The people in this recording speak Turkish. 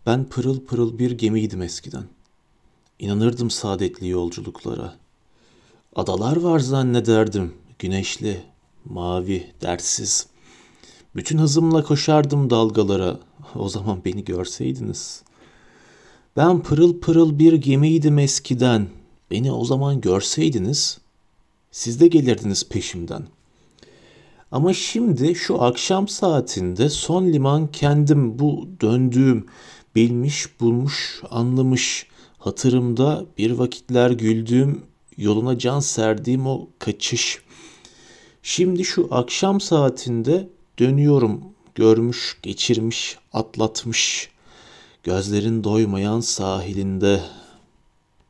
Ben pırıl pırıl bir gemiydim eskiden. İnanırdım saadetli yolculuklara. Adalar var zannederdim, güneşli, mavi, dertsiz. Bütün hızımla koşardım dalgalara. O zaman beni görseydiniz. Ben pırıl pırıl bir gemiydim eskiden. Beni o zaman görseydiniz, siz de gelirdiniz peşimden. Ama şimdi şu akşam saatinde son liman kendim, bu döndüğüm, bilmiş bulmuş anlamış, hatırımda bir vakitler güldüğüm, yoluna can serdiğim o kaçış. Şimdi şu akşam saatinde dönüyorum, görmüş, geçirmiş, atlatmış, gözlerin doymayan sahilinde.